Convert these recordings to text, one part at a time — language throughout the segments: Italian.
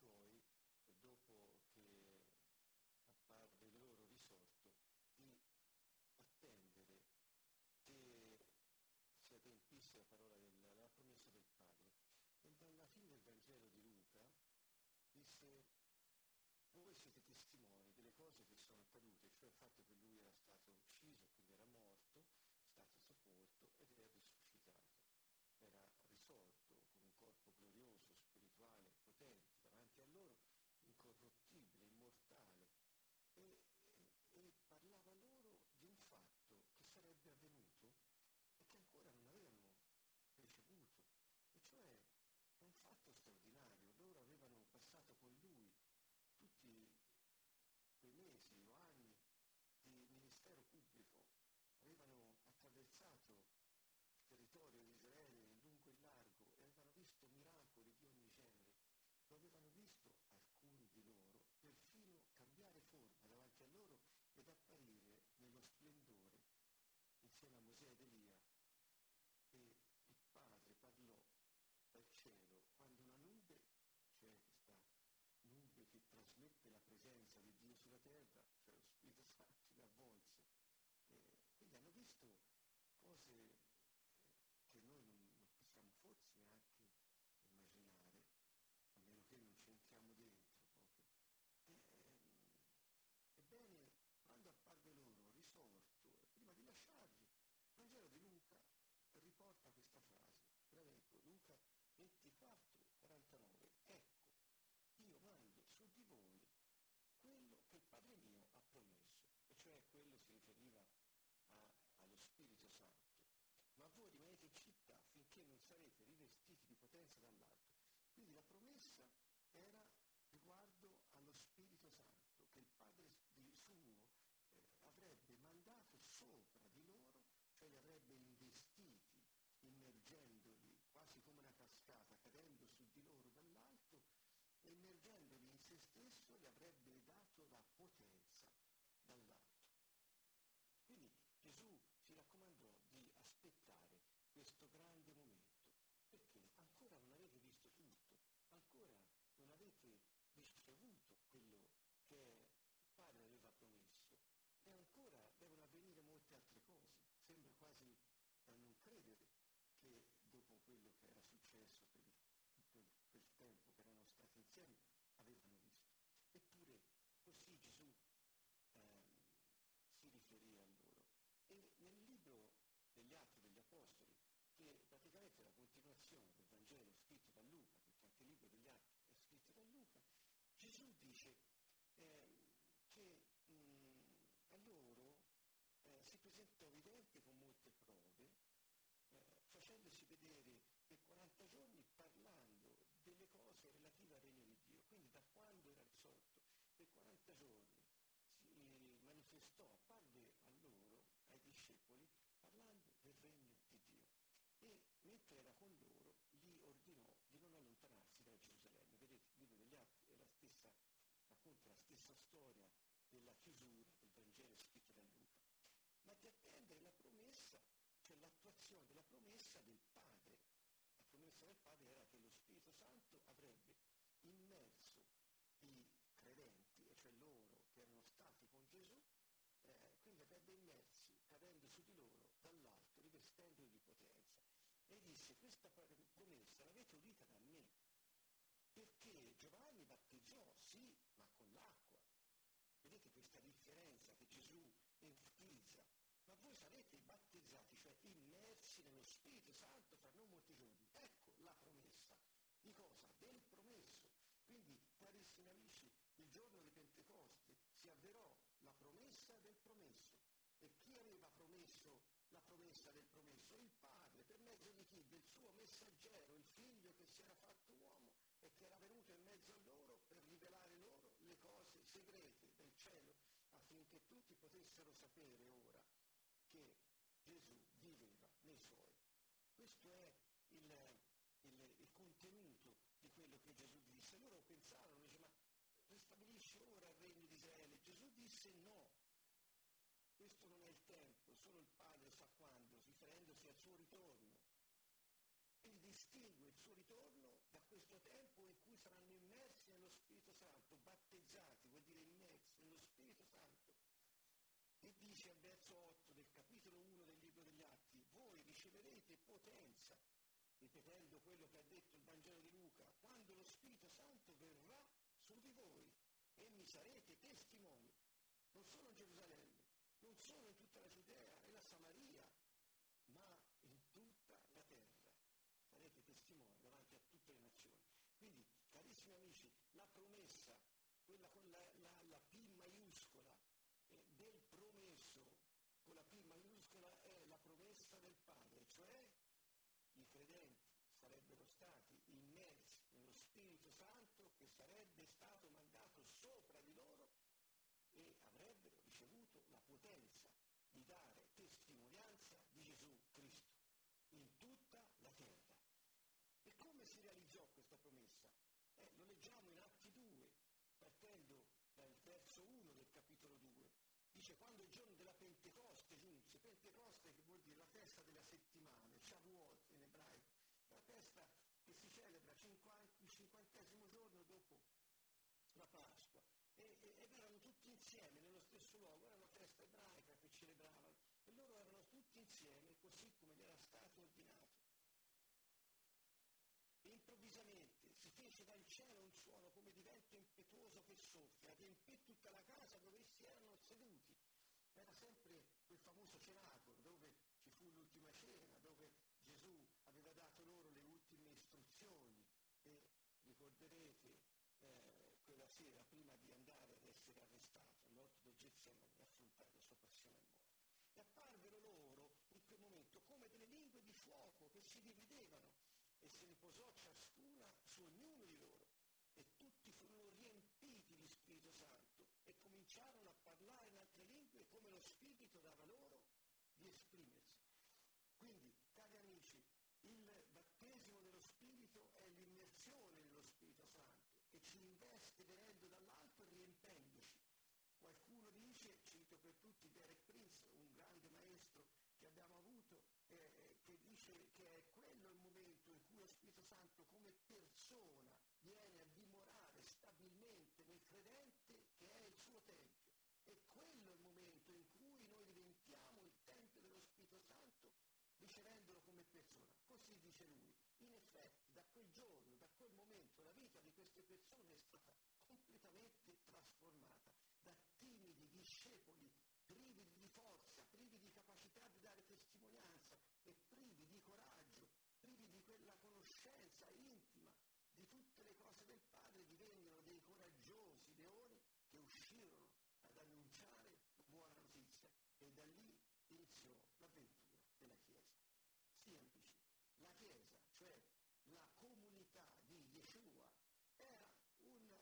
suoi, dopo che apparve loro risorto, di attendere che si adempisse la parola la promessa del Padre. E dalla fine del Vangelo di Luca disse: voi siete testimoni delle cose che sono accadute, cioè il fatto che lui era stato ucciso, quindi era morto, stato sepolto ed era risuscitato. Era risorto con un corpo glorioso, spirituale, potente, davanti a loro, incorruttibile, immortale, e parlava loro di un fatto che sarebbe avvenuto e che ancora non avevano ricevuto, e cioè è un fatto straordinario. Loro avevano passato con lui tutti quei mesi o anni di ministero pubblico, avevano attraversato il territorio di Israele in lungo e largo e avevano visto miracoli di ogni genere. Lo avevano visto alcuni di loro perfino cambiare forma davanti a loro ed apparire nello splendore insieme a Mosè ed Elia. E il Padre parlò dal cielo quando una nube, cioè questa nube che trasmette la presenza di Dio sulla terra, cioè lo Spirito Santo, le avvolse. Quindi hanno visto cose che noi non possiamo forse neanche immaginare, a meno che non ci entriamo dentro proprio. Ebbene, quando apparve loro risorto, prima di lasciarli, il Vangelo di Luca riporta questa frase, ve la leggo, Luca 24, 49, ecco, io mando su di voi quello che il Padre mio ha promesso, e cioè quello si riferiva allo Spirito Santo. Ma voi rimanete in città finché non sarete rivestiti di potenza dall'alto. Quindi la promessa era riguardo allo Spirito Santo, che il Padre suo avrebbe mandato sopra di loro, cioè li avrebbe investiti, immergendoli quasi come una cascata, cadendo su di loro dall'alto, e immergendoli in se stesso gli avrebbe dato la potenza dall'alto. Quindi Gesù ci raccomandò di aspettare questo grande momento, perché ancora non avete visto tutto, ancora non avete ricevuto quello che il Padre aveva promesso, e ancora devono avvenire molte altre cose. Sembra quasi da non credere che dopo quello che era successo per tutto quel tempo che erano stati insieme avevano visto. Eppure così Gesù si riferì a loro. E nel libro degli Atti degli Apostoli, che praticamente è la continuazione del Vangelo scritto da Luca, perché anche il libro degli Atti è scritto da Luca, Gesù dice che a loro si presentò evidente con molte prove, facendosi vedere per 40 giorni parlando delle cose relative al regno di Dio. Quindi da quando era risorto, per 40 giorni si manifestò, apparve a loro, ai discepoli, parlando del regno di Dio. E mentre era con loro, gli ordinò di non allontanarsi da Gerusalemme. Vedete, il libro degli Atti è racconta la stessa storia della chiusura del Vangelo scritto da Luca, ma di attendere la promessa, cioè l'attuazione della promessa del Padre. La promessa del Padre era che lo Spirito Santo avrebbe immerso i credenti, e cioè loro che erano stati con Gesù, quindi avrebbe immersi, cadendo su di loro dall'alto, rivestendoli di potenza. E disse: questa promessa l'avete udita da me, perché Giovanni battezzò, sì, ma con l'acqua. Vedete questa differenza che Gesù enfatizza? Ma voi sarete battezzati, cioè immersi nello Spirito Santo fra non molti giorni. Ecco la promessa. Di cosa? Del promesso. Quindi, carissimi amici, il giorno di Pentecoste si avverò la promessa del promesso. E chi aveva promesso la promessa del promesso? Il Padre, per mezzo di chi? Del suo messaggero, il Figlio che si era fatto uomo e che era venuto in mezzo a loro per rivelare loro le cose segrete del cielo, affinché tutti potessero sapere ora che Gesù viveva nei suoi. Questo è il contenuto di quello che Gesù disse. Loro pensarono, dice, ma ristabilisce ora il regno di Israele. Gesù disse no, questo non è il tempo, solo il Padre sa quando, riferendosi al suo ritorno. Quindi distingue il suo ritorno da questo tempo in cui saranno immersi nello ripetendo quello che ha detto il Vangelo di Luca, quando lo Spirito Santo verrà su di voi e mi sarete testimoni, non solo in Gerusalemme, non solo in tutta la Giudea e la Samaria, ma in tutta la terra. Sarete testimoni davanti a tutte le nazioni. Quindi, carissimi amici, la promessa, quella con la P maiuscola, del promesso, con la P maiuscola, è la promessa del Padre, cioè i credenti sarebbero stati immersi nello Spirito Santo che sarebbe stato mandato sopra di loro e avrebbero ricevuto la potenza di dare testimonianza di Gesù Cristo in tutta la terra. E come si realizzò questa promessa? Lo leggiamo in Atti 2, partendo dal verso 1 del capitolo 2. Dice: quando il giorno della Pentecoste giunse, Pentecoste che vuol dire la festa della settimana, Shavuot in ebraico, la festa che si celebra il 50° giorno dopo la Pasqua, ed erano tutti insieme nello stesso luogo, era una festa ebraica che celebravano, e loro erano tutti insieme così come gli era stato ordinato. E improvvisamente si fece dal cielo un suono come di vento impetuoso che soffia, riempì tutta la casa dove essi erano seduti. Era sempre quel famoso cenacolo dove ci fu l'ultima cena, dove Gesù aveva dato loro le ultime istruzioni, e ricorderete quella sera prima di andare ad essere arrestato all'orto del Getsemani e affrontare la sua passione e morte. E apparvero loro in quel momento come delle lingue di fuoco che si dividevano, e se ne posò ciascuna su ognuno di loro, e tutti furono riempiti di Spirito Santo e cominciarono a parlare in altre lingue come lo Spirito dava loro di esprimersi. Quindi, cari amici, il battesimo dello Spirito è l'immersione nello Spirito Santo che ci investe venendo dall'alto e riempendoci. Qualcuno dice, cito per tutti Derek Prince, un grande maestro che abbiamo avuto, che dice che è quello il momento in cui lo Spirito Santo come persona viene a dimorare stabilmente nel credente che è il suo Tempio. E quello è il momento in cui noi diventiamo il Tempio dello Spirito Santo ricevendolo come persona. Così dice lui. In effetti, da quel giorno, da quel momento, la vita di queste persone è stata completamente trasformata. Da timidi discepoli, privi di forza, privi di capacità di dare testimonianza e privi di coraggio, privi di quella conoscenza intima di tutte le cose del Padre, divennero dei coraggiosi leoni che uscirono ad annunciare la buona notizia, e da lì iniziò l'avventura della Chiesa. Sì, amici, la Chiesa, cioè la comunità di Yeshua, era un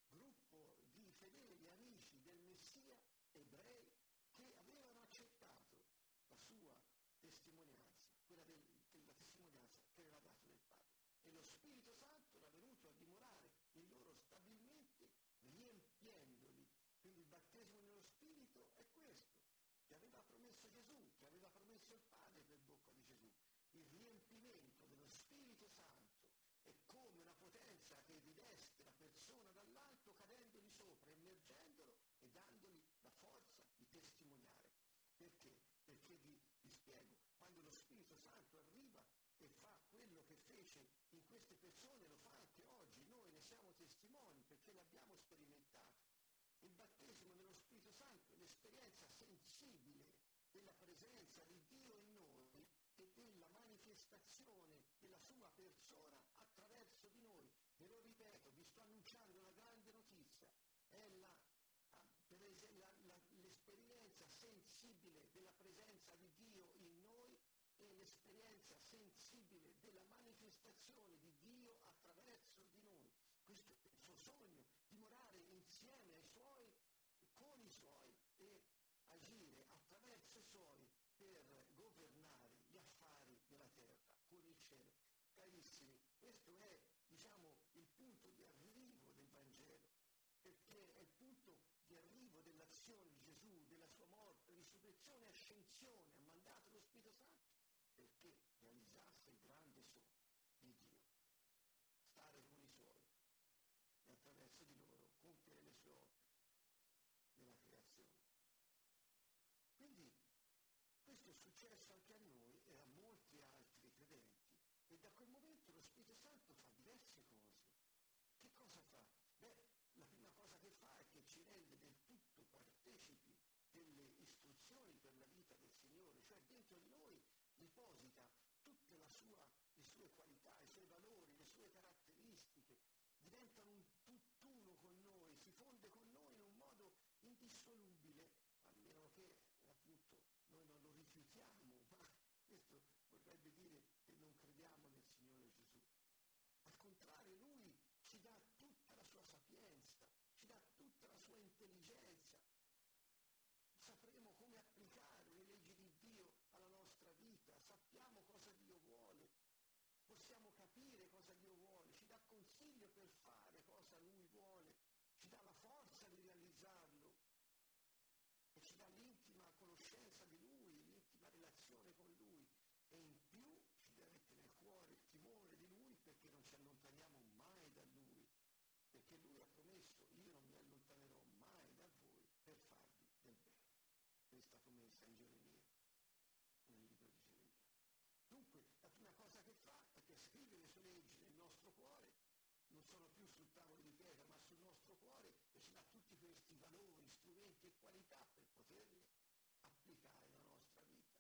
gruppo di fedeli amici del Messia, ebrei, che avevano accettato la sua testimonianza, quella della testimonianza che aveva dato del Padre. E lo Spirito Santo era venuto a dimorare in loro stabilmente, riempiendoli. Quindi il battesimo nello Spirito è questo, che aveva promesso Gesù, che aveva promesso il Padre per bocca di Gesù. Il riempimento dello Spirito Santo è come una potenza che riveste la persona dall'alto, cadendogli sopra, immergendolo e dandogli la forza di testimoniare. Perché? Perché vi spiego, quando lo Spirito Santo arriva e fa quello che fece in queste persone, lo fa anche oggi, noi ne siamo testimoni perché l'abbiamo sperimentato. Il battesimo dello Spirito Santo è l'esperienza sensibile della presenza di Dio in noi e della manifestazione della sua persona attraverso di noi. Ve lo ripeto, vi sto annunciando una grande notizia, è l'esperienza sensibile della presenza di Dio in noi e l'esperienza sensibile della manifestazione di Dio attraverso di noi. Questo è il suo sogno, dimorare insieme ai suoi, con i suoi, e agire attraverso i suoi per governare gli affari della terra con il cielo. Carissimi, questo è, il punto di arrivo del Vangelo, perché è il punto di arrivo dell'azione di Gesù, della sua morte, risurrezione e ascensione. Ha mandato lo Spirito Santo perché realizzasse il grande sogno di Dio, stare con i suoi e attraverso di loro compiere le sue opere nella creazione. Quindi questo è successo anche a noi e a molti altri credenti, e da quel momento deposita tutte le sue qualità, i suoi valori, le sue caratteristiche, diventano un tutt'uno con noi, si fonde con noi in un modo indissolubile, a meno che appunto noi non lo rifiutiamo, ma questo vorrebbe dire che non crediamo nel Signore Gesù. Al contrario, Lui ci dà tutta la sua sapienza, ci dà tutta la sua intelligenza. Sapremo come applicare le leggi di Dio alla nostra vita, sappiamo cosa Dio vuole, possiamo capire cosa Dio vuole, ci dà consiglio per fare cosa Lui vuole, ci dà la forza di realizzarlo e ci dà l'intima conoscenza di Lui, l'intima relazione con Lui e in più ci deve mettere nel cuore il timore di Lui perché non ci allontaniamo mai da Lui, perché Lui ha promesso io non mi allontanerò mai da voi per farvi del bene. Questa promessa in Geremia, nel libro di Geremia. Dunque, la prima cosa che fa è che scrive le sue leggi nel nostro cuore, non sono più sul tavolo di pietra, ma sul nostro cuore e ci dà tutti questi valori, strumenti e qualità per poterli applicare nella nostra vita.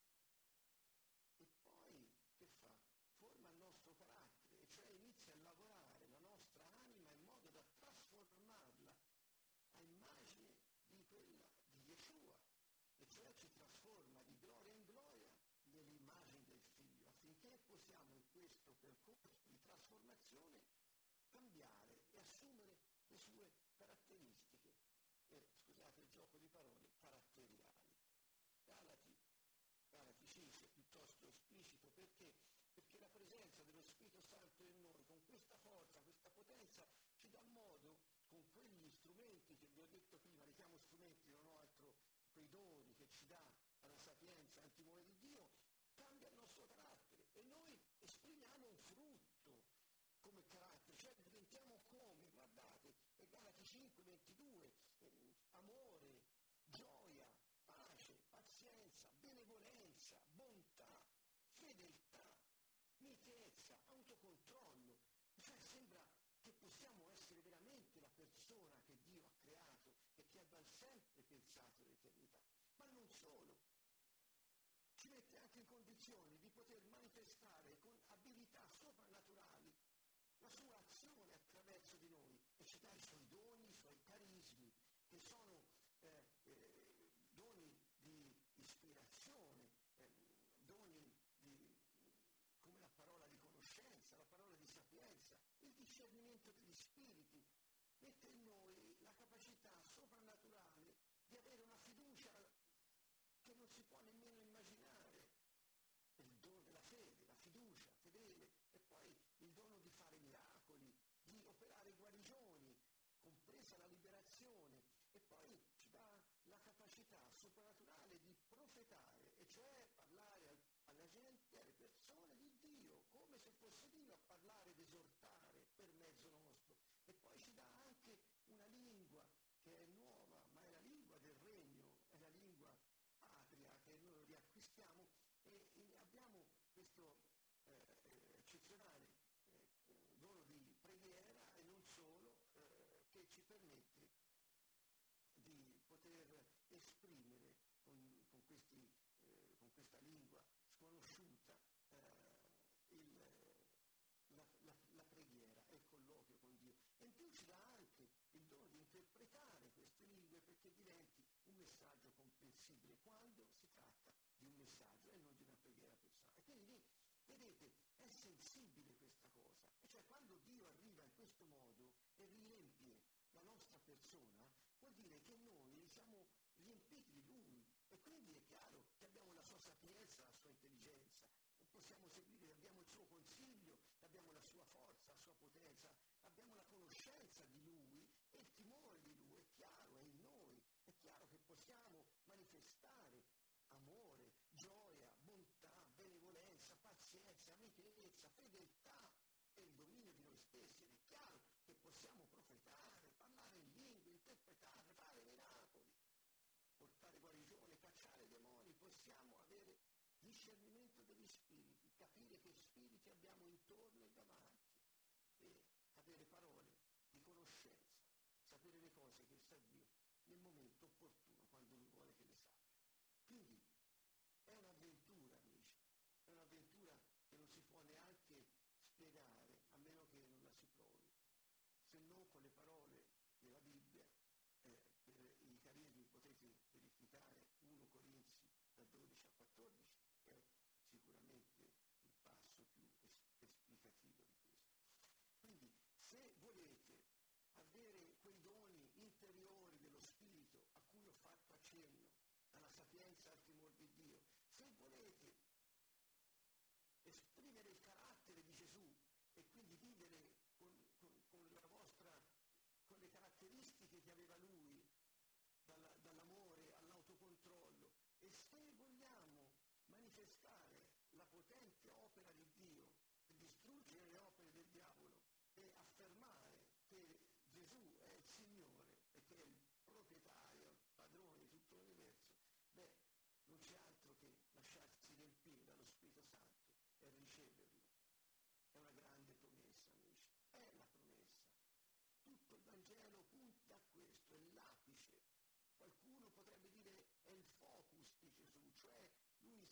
E poi che fa? Forma il nostro carattere, e cioè inizia a lavorare la nostra anima in modo da trasformarla a immagine di quella di Yeshua, e cioè ci trasforma di gloria in gloria nell'immagine del Figlio, affinché possiamo in questo percorso di trasformazione cambiare e assumere le sue caratteristiche, scusate il gioco di parole, caratteriali. Galati 5 è piuttosto esplicito perché la presenza dello Spirito Santo in noi, con questa forza, questa potenza, ci dà modo, con quegli strumenti che vi ho detto prima, li chiamo strumenti, non ho altro, quei doni che ci dà la sapienza e il timore di Dio, cambia il nostro carattere e noi esprimiamo un frutto come carattere, cioè diventiamo come, guardate, Galati 5, 22, amore, gioia, pace, pazienza, benevolenza, bontà, fedeltà, mitezza, autocontrollo. Cioè sembra che possiamo essere veramente la persona che Dio ha creato e che ha sempre pensato l'eternità. Ma non solo, ci mette anche in condizioni di poter manifestare con abilità soprannaturali la sua azione attraverso di noi e ci dà i suoi doni, i suoi carismi, che sono doni di ispirazione, doni come la parola di conoscenza, la parola di sapienza, il discernimento degli spiriti, mette in noi la capacità soprannaturale di avere una fiducia che non si può nemmeno immaginare, il dono della fede, la fiducia fedele, e poi il dono di fare miracoli, di operare guarigioni, compresa la liberazione, e poi ci dà la capacità soprannaturale di profetare, e cioè parlare alla gente, alle persone di Dio, come se fosse Dio a parlare ed esortare per mezzo nostro. E poi ci dà anche una lingua che è nuova, ma è la lingua del regno, è la lingua patria che noi riacquistiamo, e abbiamo questo eccezionale dono di preghiera e non solo, che ci permette di poter esprimere con questa lingua sconosciuta la preghiera e il colloquio con Dio. E in più ci dà anche il dono di interpretare queste lingue perché diventi un messaggio comprensibile quando si tratta di un messaggio e non di una preghiera personale. Quindi lì, vedete, è sensibile questa cosa. E cioè quando Dio arriva in questo modo e riempie la nostra persona, vuol dire che noi siamo riempiti di Lui e quindi è chiaro che abbiamo la sua sapienza, la sua intelligenza, possiamo seguire, abbiamo il suo consiglio, abbiamo la sua forza, la sua potenza, abbiamo la conoscenza di Lui e il timore di Lui, è chiaro, è in noi, è chiaro che possiamo manifestare amore, gioia, bontà, benevolenza, pazienza, amichezza, fedeltà e il dominio di noi stessi, ed è chiaro che possiamo profetare, parlare in lingue, interpretare, fare miracoli, portare guarigione, cacciare demoni, possiamo avere discernimento degli spiriti, capire che spiriti abbiamo intorno e davanti e avere parole di conoscenza, sapere le cose che sa Dio nel momento opportuno, quando Lui vuole che le sappia. Quindi è un'avventura, amici, sapienza, al timore di Dio. Se volete esprimere il carattere di Gesù e quindi vivere con la vostra, con le caratteristiche che aveva lui, dall'amore all'autocontrollo, e se vogliamo manifestare la potente opera di Dio e distruggere le opere del diavolo e affermare che Gesù è il Signore e che è il proprietario, il padrone di tutto l'universo, non c'è altro che lasciarsi riempire dallo Spirito Santo e riceverlo. È una grande promessa, amici, è la promessa. Tutto il Vangelo punta a questo, è l'apice. Qualcuno potrebbe dire è il focus di Gesù, cioè lui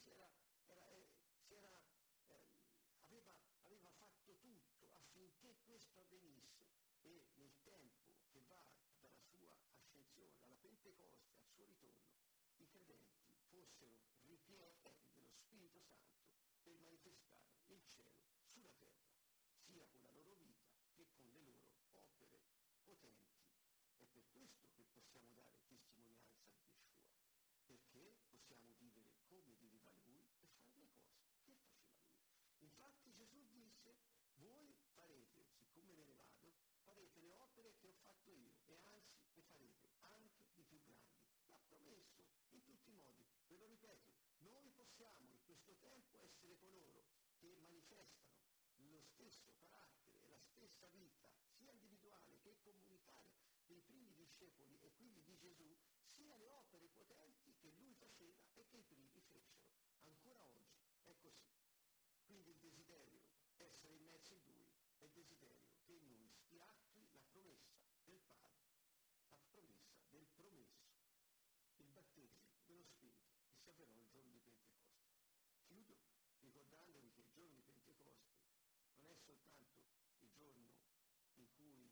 aveva fatto tutto affinché questo avvenisse, e nel tempo che va dalla sua ascensione alla Pentecoste al suo ritorno, i credenti fossero ripieni dello Spirito Santo per manifestare il cielo sulla terra, sia con la loro vita che con le loro opere potenti. È per questo che possiamo dare testimonianza di Yeshua, perché possiamo vivere come viveva lui e fare le cose che faceva lui. Infatti Gesù disse: voi farete, siccome me ne vado, farete le opere che ho fatto io, e anzi le farete anche di più grandi. L'ha promesso in tutti i modi. Ve lo ripeto, noi possiamo in questo tempo essere coloro che manifestano lo stesso carattere e la stessa vita, sia individuale che comunitaria, dei primi discepoli e quindi di Gesù, sia le opere potenti che lui faceva e che i primi fecero. Ancora oggi è così. Quindi il desiderio di essere immersi in lui è il desiderio che in noi si attui la promessa del Padre, la promessa del promesso, il battesimo dello Spirito che si avverò il giorno di Pentecoste. Chiudo ricordandovi che il giorno di Pentecoste non è soltanto il giorno in cui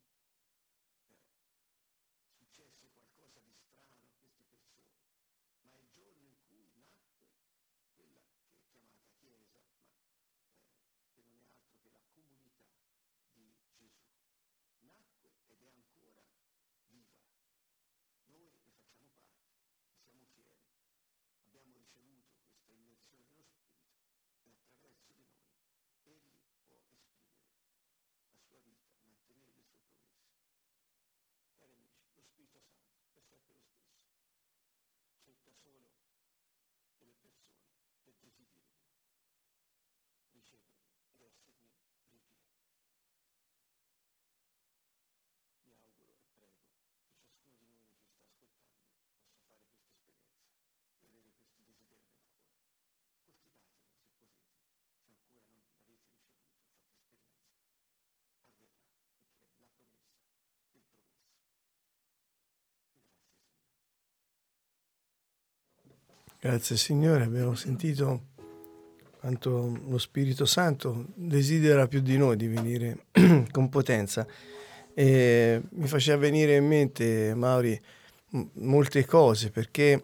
successe qualcosa di strano a queste persone, ma è il giorno in cui nacque quella che è chiamata Chiesa, ma che non è altro che la comunità di Gesù. Nacque ed è ancora viva. Noi ne facciamo parte, ne siamo fieri. Abbiamo ricevuto questa immersione dello Spirito e attraverso di noi Egli può esprimere la sua vita, mantenere le sue promesse. Cari amici, lo Spirito Santo è sempre lo stesso. Cerca solo delle persone per desiderarlo, riceverlo ed esserne ripieni. Mi auguro e prego che ciascuno di noi che sta ascoltando possa fare questa esperienza e avere questi desideri nel cuore. Coltivatelo se potete, se ancora non l'avete ricevuto, fate esperienza. Avverrà, perché è la promessa del promesso. Grazie Signore. Grazie Signore, abbiamo sentito quanto lo Spirito Santo desidera più di noi di venire con potenza. E mi faceva venire in mente, Mauri, molte cose, perché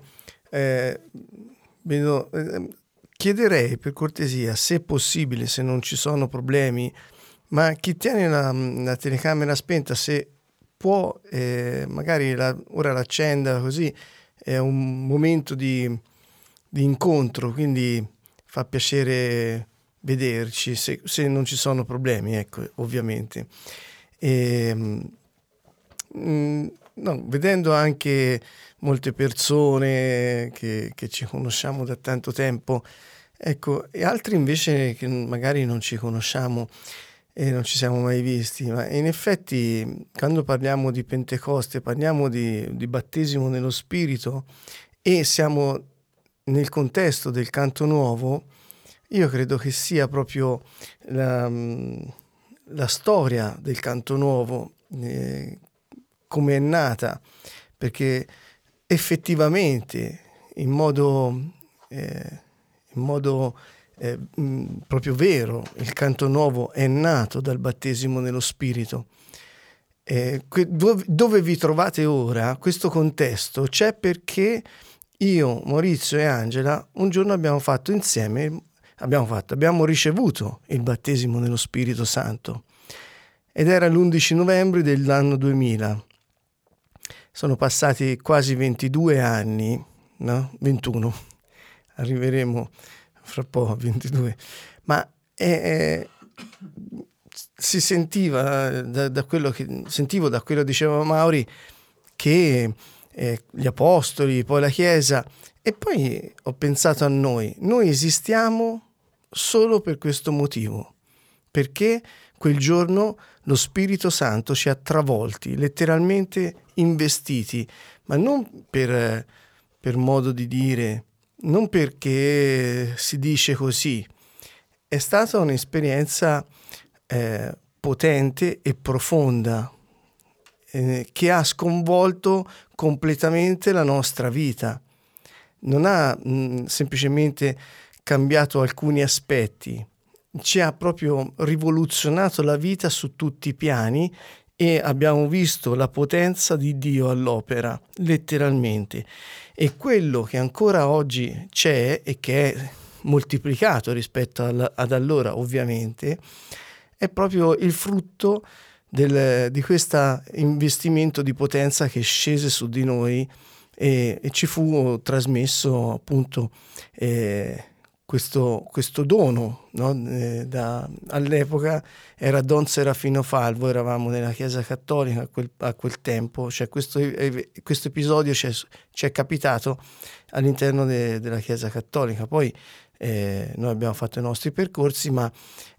chiederei per cortesia, se possibile, se non ci sono problemi, ma chi tiene la telecamera spenta, se può, magari ora l'accenda, così è un momento di incontro, quindi fa piacere vederci, se non ci sono problemi, ecco, ovviamente. No, vedendo anche molte persone che ci conosciamo da tanto tempo, ecco, e altri invece che magari non ci conosciamo e non ci siamo mai visti, ma in effetti quando parliamo di Pentecoste parliamo di battesimo nello Spirito e siamo nel contesto del canto nuovo. Io credo che sia proprio la storia del canto nuovo, come è nata, perché effettivamente in modo proprio vero il canto nuovo è nato dal battesimo nello Spirito. Dove vi trovate ora, questo contesto c'è perché io, Maurizio e Angela un giorno abbiamo ricevuto il battesimo nello Spirito Santo ed era l'11 novembre dell'anno 2000. Sono passati quasi 22 anni no? 21, arriveremo fra poco a 22, ma si sentiva da quello che sentivo, da quello che diceva Mauri, che gli apostoli, poi la Chiesa, e poi ho pensato a noi esistiamo solo per questo motivo, perché quel giorno lo Spirito Santo ci ha travolti, letteralmente investiti, ma non per modo di dire, non perché si dice così. È stata un'esperienza potente e profonda che ha sconvolto completamente la nostra vita. Non ha semplicemente cambiato alcuni aspetti, ci ha proprio rivoluzionato la vita su tutti i piani e abbiamo visto la potenza di Dio all'opera, letteralmente. E quello che ancora oggi c'è e che è moltiplicato rispetto ad allora, ovviamente, è proprio il frutto di questo investimento di potenza che scese su di noi e ci fu trasmesso appunto questo dono, no? All'epoca era Don Serafino Falvo, eravamo nella Chiesa Cattolica a quel tempo, cioè questo episodio ci è capitato all'interno della Chiesa Cattolica. Poi noi abbiamo fatto i nostri percorsi, ma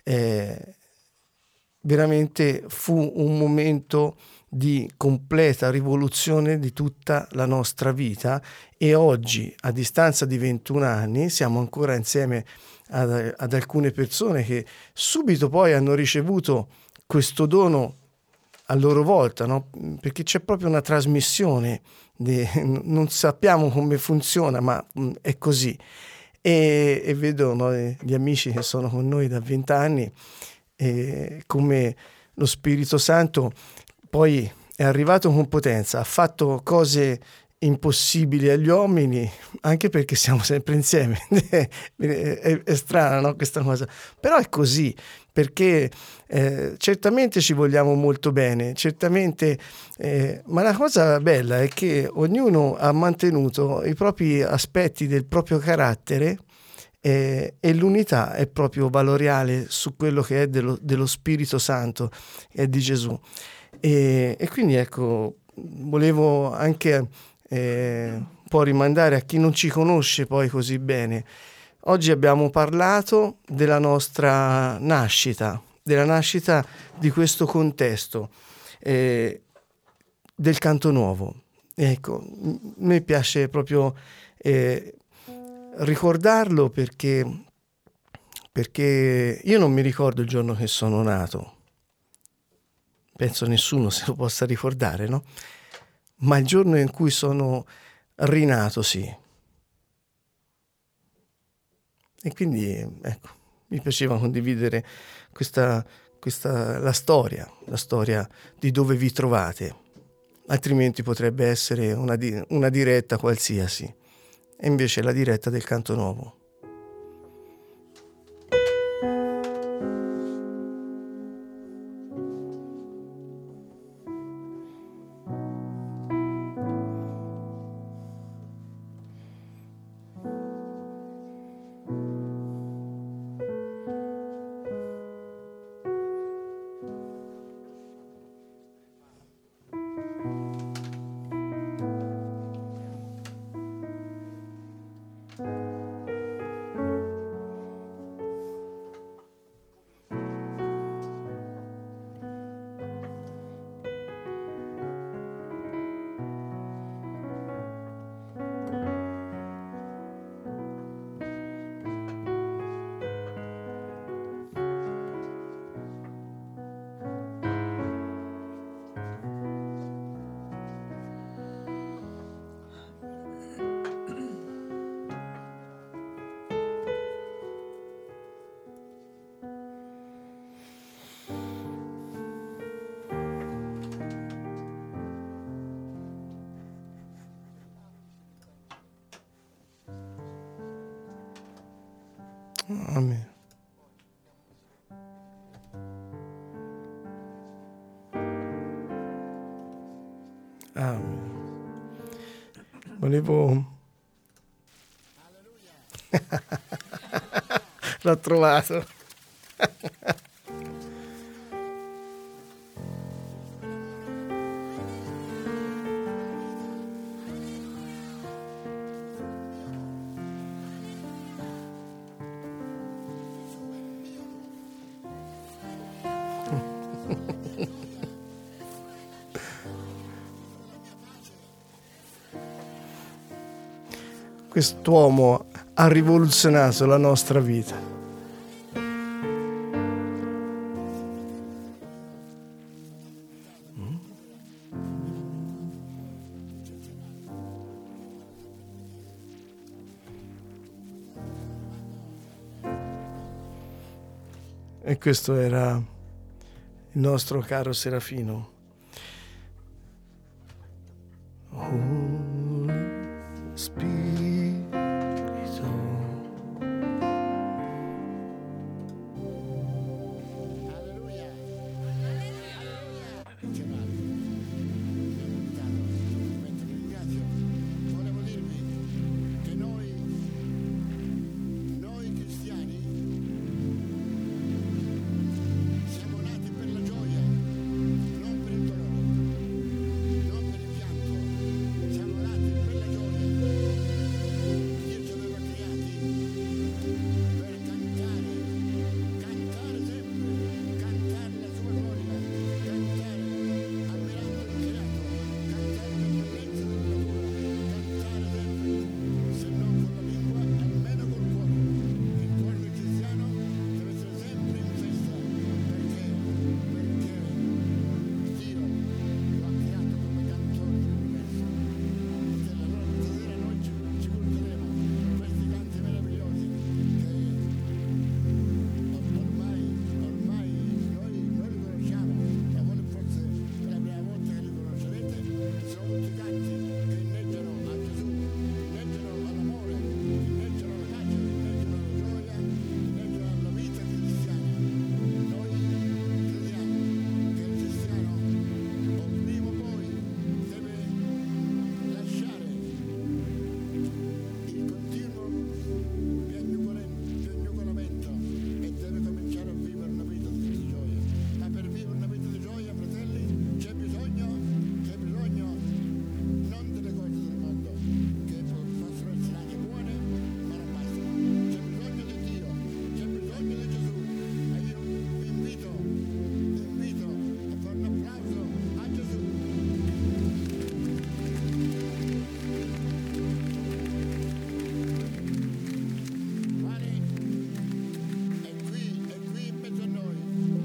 veramente fu un momento di completa rivoluzione di tutta la nostra vita, e oggi, a distanza di 21 anni, siamo ancora insieme ad alcune persone che subito poi hanno ricevuto questo dono a loro volta, no? Perché c'è proprio una trasmissione, non sappiamo come funziona, ma è così. E vedo, no, gli amici che sono con noi da 20 anni, come lo Spirito Santo poi è arrivato con potenza, ha fatto cose impossibili agli uomini, anche perché siamo sempre insieme. È strana, no, questa cosa, però è così, perché certamente ci vogliamo molto bene, certamente, ma la cosa bella è che ognuno ha mantenuto i propri aspetti del proprio carattere, e l'unità è proprio valoriale su quello che è dello Spirito Santo e di Gesù. E quindi ecco, volevo anche un po' rimandare a chi non ci conosce poi così bene. Oggi abbiamo parlato della nostra nascita, della nascita di questo contesto, del canto nuovo. Ecco, mi piace proprio ricordarlo perché io non mi ricordo il giorno che sono nato. Penso nessuno se lo possa ricordare, no? Ma il giorno in cui sono rinato, sì. E quindi, ecco, mi piaceva condividere la storia di dove vi trovate. Altrimenti potrebbe essere una diretta qualsiasi. E invece la diretta del canto nuovo. Amen. Amen. Volevo L'ho trovato. Quest'uomo ha rivoluzionato la nostra vita. E questo era il nostro caro Serafino. Holy Spirito.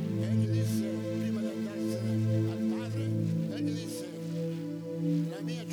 La mia